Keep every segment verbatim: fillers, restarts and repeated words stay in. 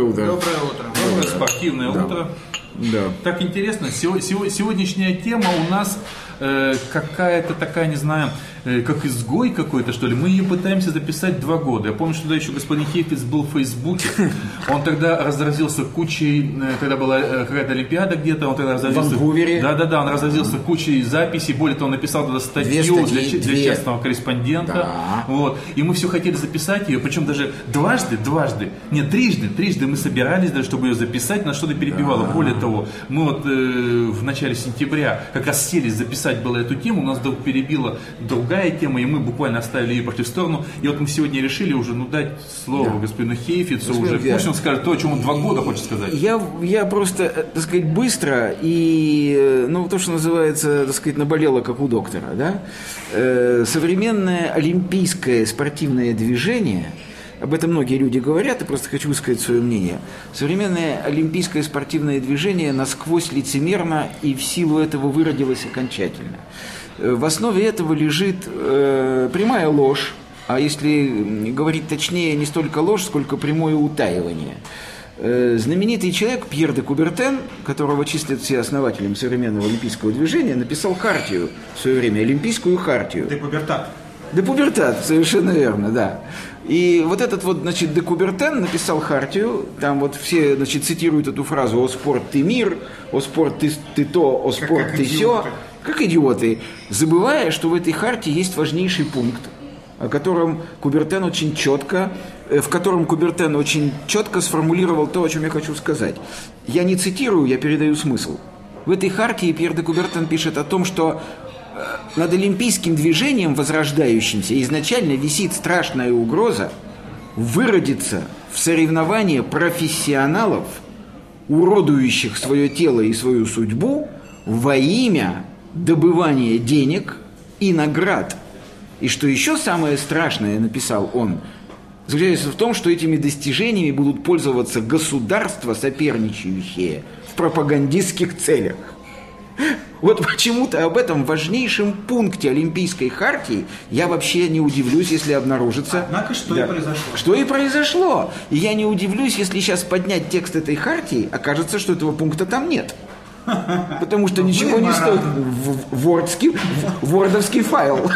утро. Доброе утро. Доброе да. спортивное да. утро. Да. Так интересно, сегодняшняя тема у нас э, какая-то такая, не знаю, э, как изгой какой-то, что ли. Мы ее пытаемся записать два года. Я помню, что тогда еще господин Хейфиц был в Фейсбуке. Он тогда разразился кучей, когда была какая-то Олимпиада где-то, он тогда разразился... В Ванкувере. Да-да-да, он разразился кучей записей. Более того, он написал тогда статью статьи, для, для частного корреспондента. Да. Вот. И мы все хотели записать ее, причем даже дважды, дважды, нет, трижды, трижды мы собирались, даже, чтобы ее записать, на что-то перебивало. Да. Более того, мы вот э, в начале сентября как раз сели записать было эту тему, у нас вдруг перебила другая тема, и мы буквально оставили ее, пошли в сторону. И вот мы сегодня решили уже ну, дать слово да. господину Хейфицу, Господин уже, пусть он скажет то, о чем он два года хочет сказать. Я, я просто, так сказать, быстро и, ну, то, что называется, так сказать, наболело, как у доктора, да? Э, современное олимпийское спортивное движение, об этом многие люди говорят, я просто хочу высказать свое мнение. Современное олимпийское спортивное движение насквозь лицемерно и в силу этого выродилось окончательно. В основе этого лежит э, прямая ложь, а если говорить точнее, не столько ложь, сколько прямое утаивание. Э, знаменитый человек Пьер де Кубертен, которого числят все основателем современного олимпийского движения, написал хартию в свое время, олимпийскую хартию. Де Пубертат. Де Пубертат, совершенно верно, да. И вот этот вот, значит, де Кубертен написал хартию, там вот все, значит, цитируют эту фразу «О спорт, ты мир», «О спорт, ты, ты то», «О спорт, как, ты сё», как идиоты, забывая, что в этой хартии есть важнейший пункт, о котором Кубертен очень четко, в котором Кубертен очень четко сформулировал то, о чем я хочу сказать. Я не цитирую, я передаю смысл. В этой хартии Пьер де Кубертен пишет о том, что над олимпийским движением возрождающимся изначально висит страшная угроза выродиться в соревнование профессионалов, уродующих свое тело и свою судьбу во имя добывания денег и наград. И что еще самое страшное, написал он, заключается в том, что этими достижениями будут пользоваться государства, соперничающие в пропагандистских целях. Вот почему-то об этом важнейшем пункте Олимпийской хартии я вообще не удивлюсь, если обнаружится... Однако что да, и произошло. Что и произошло. И я не удивлюсь, если сейчас поднять текст этой хартии, окажется, что этого пункта там нет. Потому что ничего не стоит. Вордский, вордовский файл.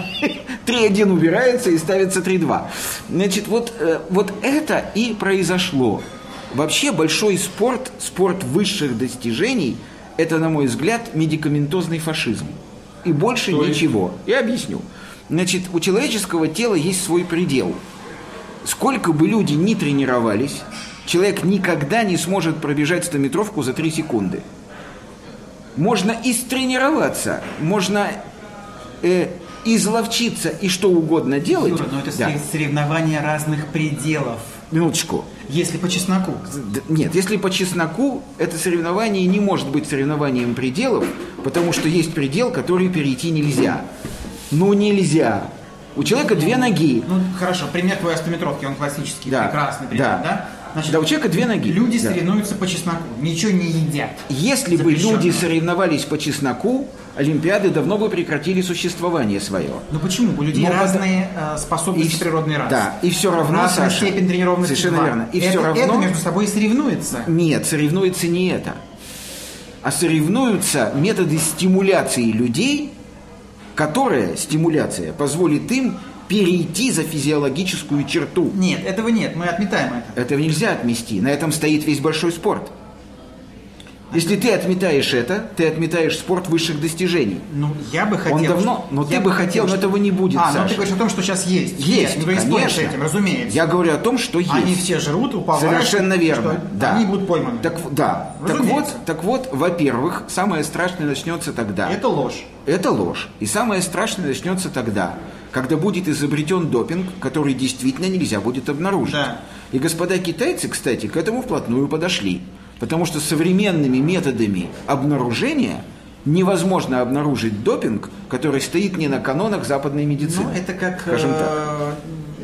три один убирается и ставится три два. Значит, вот, вот это и произошло. Вообще большой спорт, спорт высших достижений, это, на мой взгляд, медикаментозный фашизм. И больше То ничего. Есть? Я объясню. Значит, у человеческого тела есть свой предел. Сколько бы люди ни тренировались, человек никогда не сможет пробежать стометровку за три секунды. Можно истренироваться, можно э, изловчиться и что угодно делать. Юра, но это да. соревнования разных пределов. Минуточку. Если по чесноку. Нет, если по чесноку, это соревнование не может быть соревнованием пределов, потому что есть предел, который перейти нельзя. Ну, нельзя. У человека две ноги. Ну, хорошо, пример твоей стометровки, он классический, да. прекрасный пример, да? да? Значит, да, у человека две ноги. Люди да. соревнуются по чесноку, ничего не едят. Если бы люди соревновались по чесноку, Олимпиады давно бы прекратили существование свое. Ну почему? У людей Но разные это... способности и, природные расы. Да, и все равно, разная Саша, степень тренированности. Совершенно два. верно. И это, все равно... это между собой соревнуется. Нет, соревнуется не это. А соревнуются методы стимуляции людей, которая стимуляция позволит им перейти за физиологическую черту. Нет, этого нет, мы отметаем это. Этого нельзя отмести, на этом стоит весь большой спорт. Если ты отметаешь это, ты отметаешь спорт высших достижений. Ну, я бы хотел... Он давно, но ты бы хотел, но этого не будет, А, Саша. ну ты говоришь о том, что сейчас есть. Есть, Нет, ну, конечно. Этим, разумеется. Я говорю о том, что есть. Они все жрут, уповают. Совершенно верно, что да. Они будут пойманы. Так, да. так, вот, так вот, во-первых, самое страшное начнется тогда. Это ложь. Это ложь. И самое страшное начнется тогда, когда будет изобретен допинг, который действительно нельзя будет обнаружить. Да. И господа китайцы, кстати, к этому вплотную подошли. Потому что современными методами обнаружения невозможно обнаружить допинг, который стоит не на канонах западной медицины. Ну, это как, скажем так. Э,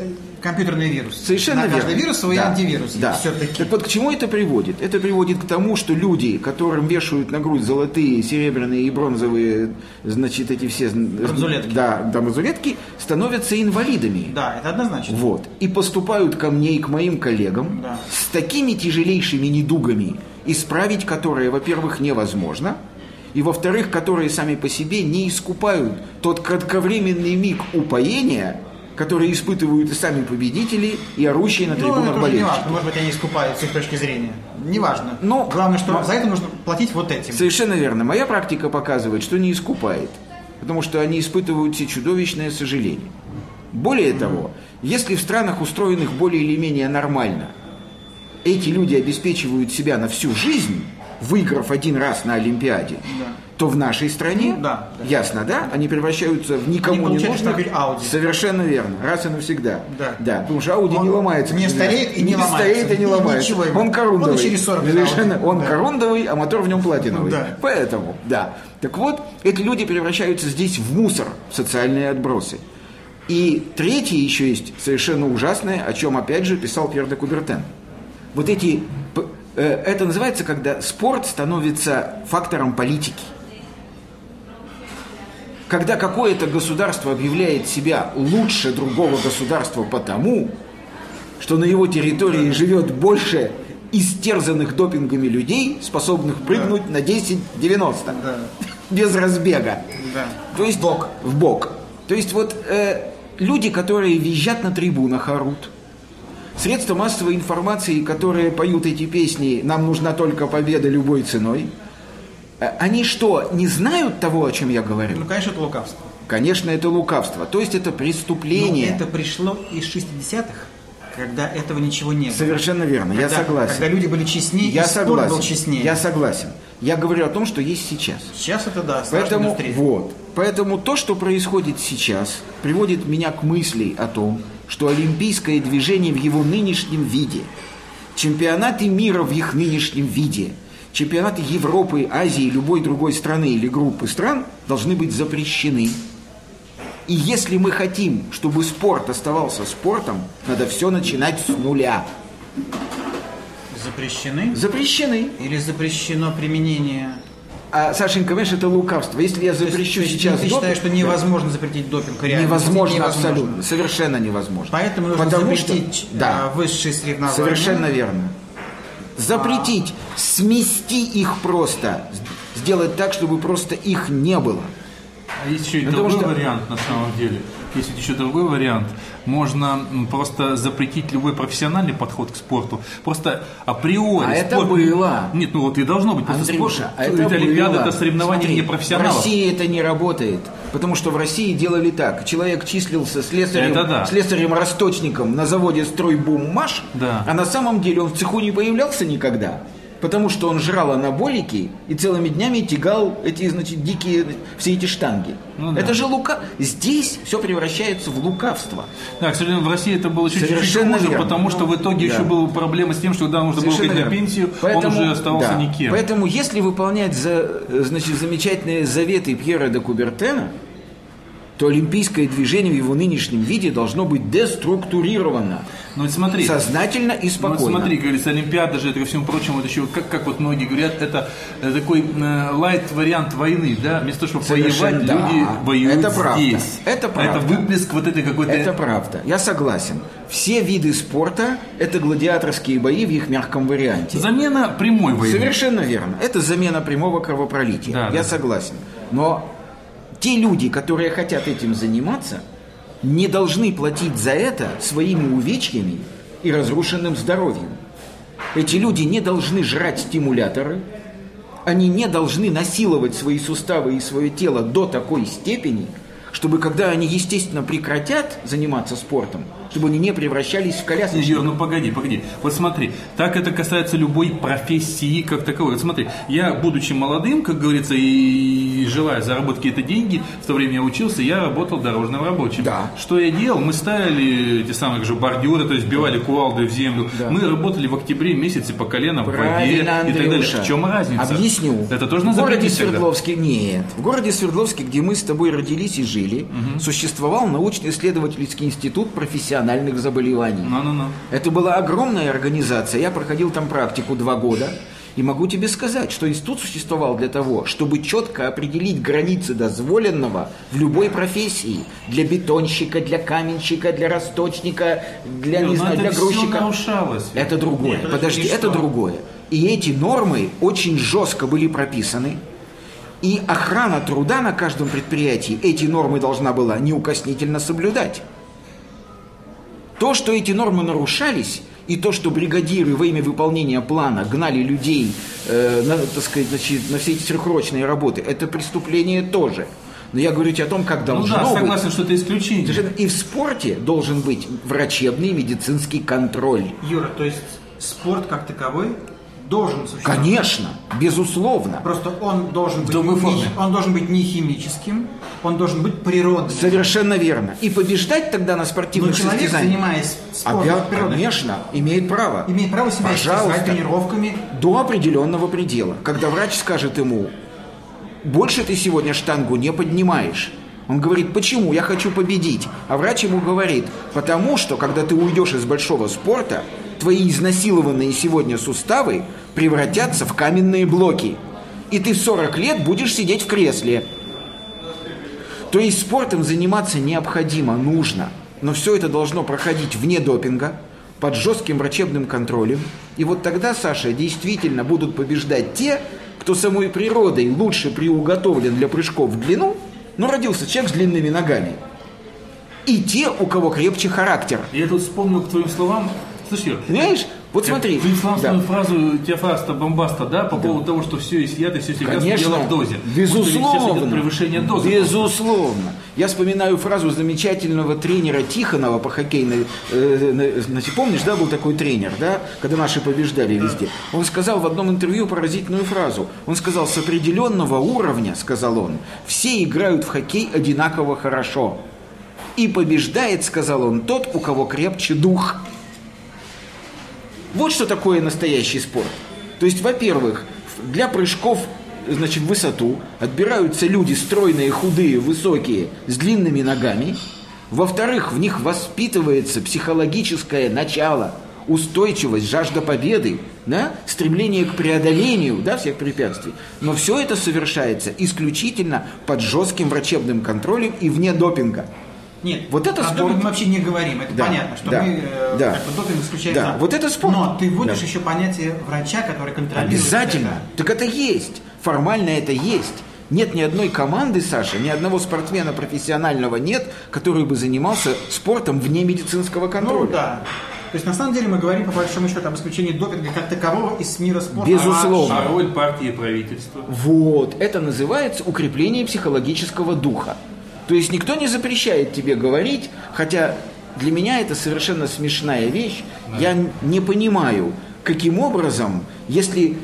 компьютерный вирус. Совершенно На верно. каждый вирус свой Да. антивирус. Да. Все-таки. Так вот, к чему это приводит? Это приводит к тому, что люди, которым вешают на грудь золотые, серебряные и бронзовые, значит, эти все... Бронзулетки. Да, да, бронзулетки, становятся инвалидами. Да, это однозначно. Вот. И поступают ко мне и к моим коллегам Да. с такими тяжелейшими недугами, исправить которые, во-первых, невозможно, и, во-вторых, которые сами по себе не искупают тот кратковременный миг упоения, которые испытывают и сами победители, и орущие на Ну, трибунах это уже не болельщики. важно. Может быть, они искупают с их точки зрения. Неважно. Но- Главное, что но- за это нужно платить вот этим. Совершенно верно. Моя практика показывает, что не искупает, потому что они испытывают все чудовищное сожаление. Более того, если в странах, устроенных более или менее нормально, эти люди обеспечивают себя на всю жизнь, выиграв один раз на Олимпиаде, Да. то в нашей стране, Ну, да, да. ясно, да, они превращаются в никому Они не получают нужных. автомобиль Audi. Совершенно верно, раз и навсегда. Да. потому что Ауди Он не ломается. не к сожалению. стареет и не ломается. стареет и не И ломается. ничего ему. Он корундовый. Он и через сорок лет Совершенно. Audi. Он Да. корундовый, а мотор в нем платиновый. Да. Поэтому, да. Так вот, эти люди превращаются здесь в мусор, в социальные отбросы. И третье еще есть совершенно ужасное, о чем опять же писал Пьер де Кубертен. Вот эти... п- э, Это называется, когда спорт становится фактором политики. Когда какое-то государство объявляет себя лучше другого государства потому, что на его территории живет больше истерзанных допингами людей, способных прыгнуть на десять девяносто Да. без разбега. Да. То есть Бок. в бок. То есть вот э, люди, которые визжат на трибунах, орут. Средства массовой информации, которые поют эти песни «Нам нужна только победа любой ценой», э, они что, не знают того, о чем я говорю? Ну, конечно, это лукавство. Конечно, это лукавство. То есть это Но преступление. это пришло из шестидесятых, когда этого ничего не было. Совершенно верно, я Когда- согласен. Когда люди были честнее, Я и спорт согласен. был честнее. Я согласен. Я говорю о том, что есть сейчас. Сейчас это, да, страшная Поэтому, индустрия. вот, поэтому то, что происходит сейчас, приводит меня к мысли о том, что олимпийское движение в его нынешнем виде, чемпионаты мира в их нынешнем виде, чемпионаты Европы, Азии, любой другой страны или группы стран должны быть запрещены. И если мы хотим, чтобы спорт оставался спортом, надо все начинать с нуля. Запрещены? Запрещены. Или запрещено применение? А, Сашенька, понимаешь, это лукавство. Если я запрещу То есть сейчас ты допинг, считаешь, что невозможно запретить допинг? Реально? невозможно, Невозможно. абсолютно, совершенно невозможно. Поэтому нужно Потому что- запретить да, а, высшие соревнования. совершенно верно. Запретить, смести их просто, с- сделать так, чтобы просто их не было. А есть еще и Потому другой что- вариант на самом деле. Есть ведь еще другой вариант. Можно м, просто запретить любой профессиональный подход к спорту. Просто априори. А это спорт- было. Нет, ну вот и должно быть. Просто Андрюша, спорт, а это ведь Олимпиада было. это соревнование Смотри, не в профессионалов. России это не работает, потому что в России делали так. Человек числился слесарем, Это да. слесарем-расточником на заводе «Стройбуммаш», Да. а на самом деле он в цеху не появлялся никогда. Потому что он жрал анаболики и целыми днями тягал эти, значит, дикие, все эти штанги. Ну да. Это же лука. Здесь все превращается в лукавство. Да, к сожалению, в России это было чуть-чуть Совершенно хуже, верно. потому что в итоге Да. еще была проблема с тем, что когда нужно было Совершенно уходить на верно. пенсию, Поэтому- он уже оставался да. никем. Поэтому, если выполнять за, значит, замечательные заветы Пьера де Кубертена, то олимпийское движение в его нынешнем виде должно быть деструктурировано. Ну вот смотри, Сознательно и ну, вот спокойно. смотри, говорится, Олимпиада же, это ко всему прочему, это еще, как, как вот многие говорят, это э, такой э, лайт-вариант войны, да, вместо того, чтобы Совершенно, воевать, да. люди воюют Это правда. здесь. Это правда. Это выплеск вот этой какой-то... Это правда. Я согласен. Все виды спорта – это гладиаторские бои в их мягком варианте. Замена прямой войны. Совершенно верно. Это замена прямого кровопролития. Да, Я да. согласен. Но те люди, которые хотят этим заниматься, не должны платить за это своими увечьями и разрушенным здоровьем. Эти люди не должны жрать стимуляторы, они не должны насиловать свои суставы и свое тело до такой степени, чтобы когда они, естественно, прекратят заниматься спортом, чтобы они не превращались в колясочников. Юр, ну погоди, погоди. Вот смотри, так это касается любой профессии как таковой. Вот смотри, я, будучи молодым, как говорится, и желая заработать какие-то деньги, в то время я учился, я работал дорожным рабочим. Да. Что я делал? Мы ставили эти самые же бордюры, то есть вбивали кувалды в землю. Да. Мы работали в октябре месяце по колено в воде Правильно, и так далее. Андрюша. В чем разница? Объясню. Это тоже в надо городе запретить тогда? Свердловске нет. В городе Свердловске, где мы с тобой родились и жили, существовал научно-исследовательский институт профессионального профессиональных заболеваний. Ну-ну-ну. Это была огромная организация. Я проходил там практику два года. И могу тебе сказать, что институт существовал для того, чтобы четко определить границы дозволенного в любой профессии. Для бетонщика, для каменщика, для расточника, для, Ну, не знаю, это для все грузчика. нарушалось. Это другое. Нет, Подожди, подожди, это что? другое. И эти нормы очень жестко были прописаны. И охрана труда на каждом предприятии эти нормы должна была неукоснительно соблюдать. То, что эти нормы нарушались, и то, что бригадиры во имя выполнения плана гнали людей э, на, так сказать, значит, на все эти сверхурочные работы, это преступление тоже. Но я говорю тебе о том, как Ну должно да, быть. согласен, что это исключение. Совершенно. И в спорте должен быть врачебный медицинский контроль. Юра, то есть спорт как таковой должен существовать? Конечно, безусловно. Просто он должен быть, другой не, форме. он должен быть не химическим, он должен быть природным. Совершенно верно. И побеждать тогда на Но спортивных человек, состязаниях, занимаясь спортом, обя- природой, конечно, имеет право. имеет право себя Пожалуйста. истязать тренировками. До определенного предела. Когда врач скажет ему, больше ты сегодня штангу не поднимаешь. Он говорит, почему? Я хочу победить. А врач ему говорит, потому что, когда ты уйдешь из большого спорта, твои изнасилованные сегодня суставы превратятся в каменные блоки. И ты в сорок лет будешь сидеть в кресле. То есть спортом заниматься необходимо, нужно. Но все это должно проходить вне допинга, под жестким врачебным контролем. И вот тогда, Саша, действительно будут побеждать те, кто самой природой лучше приуготовлен для прыжков в длину, но родился человек с длинными ногами. И те, у кого крепче характер. Я тут вспомнил к твоим словам. Слушай, Юр, Понимаешь? Вот смотри. К твоим словам Да. фразу Теофраста Бомбаста, да, по поводу того, что все есть яд и все есть лекарство, Конечно, дело в дозе. безусловно, Может, сейчас идет превышение дозы. безусловно. Я вспоминаю фразу замечательного тренера Тихонова по хоккейной, э, на- значит, помнишь, да, был такой тренер, да, когда наши побеждали везде. Он сказал в одном интервью поразительную фразу. Он сказал, с определенного уровня, сказал он, все играют в хоккей одинаково хорошо. И побеждает, сказал он, тот, у кого крепче дух. Вот что такое настоящий спорт. То есть, во-первых, для прыжков, значит, в высоту отбираются люди стройные, худые, высокие, с длинными ногами. Во-вторых, в них воспитывается психологическое начало, устойчивость, жажда победы, да? Стремление к преодолению, да, всех препятствий. Но все это совершается исключительно под жестким врачебным контролем и вне допинга. Нет, Вот это о спорт. допинге мы вообще не говорим. Это Да, понятно, что да, мы э, да. как бы допинг исключаем. Да, за- вот это спорт. Но ты вводишь Да. еще понятие врача, который контролирует Обязательно. это. Так это есть. Формально это есть. Нет ни одной команды, Саша, ни одного спортсмена профессионального нет, который бы занимался спортом вне медицинского контроля. Ну да. То есть на самом деле мы говорим по большому счету об исключении допинга как такового из мира спорта. Безусловно. А роль партии и правительства? Вот. Это называется укрепление психологического духа. То есть никто не запрещает тебе говорить, хотя для меня это совершенно смешная вещь. Я не понимаю, каким образом, если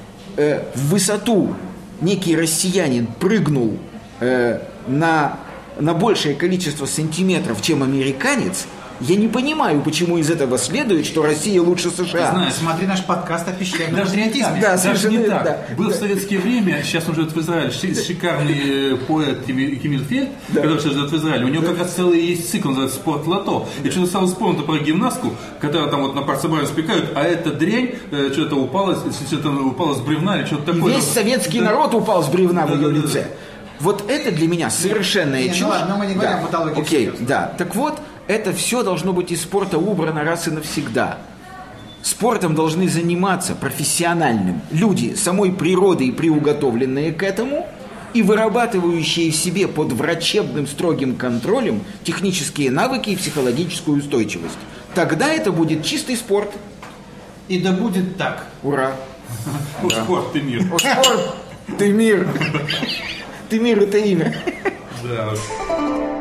э, в высоту некий россиянин прыгнул э, на, на большее количество сантиметров, чем американец, я не понимаю, почему из этого следует, что Россия лучше США. Знаешь, Смотри наш подкаст о пищевом Даже не патриотизме. так. Да, Даже совершенно не верно, так. да. Был Да. в советское время, сейчас он живет в Израиле, ши- шикарный э, поэт Кеми- Кемиль Фельд, который сейчас живет в Израиле. У него как раз целый есть цикл, называется «Спорт лото». И что-то стало вспомнить про гимнастку, которая там вот на партсобрании спекают, а эта дрянь э, что-то упала, что-то упала с бревна или что-то такое. Весь советский Да. народ упал с бревна в Да, ее да, да, лице. Вот это для меня совершенная Не, ну чушь. ладно, мы не говорим Да. о патологии Окей, всерьез. да. Так вот, это все должно быть из спорта убрано раз и навсегда. Спортом должны заниматься профессиональным люди, самой природой приуготовленные к этому, и вырабатывающие в себе под врачебным строгим контролем технические навыки и психологическую устойчивость. Тогда это будет чистый спорт. И да будет так. Ура! Уж спорт ты мир. О, спорт! Ты мир! Ты мир — это имя. Да.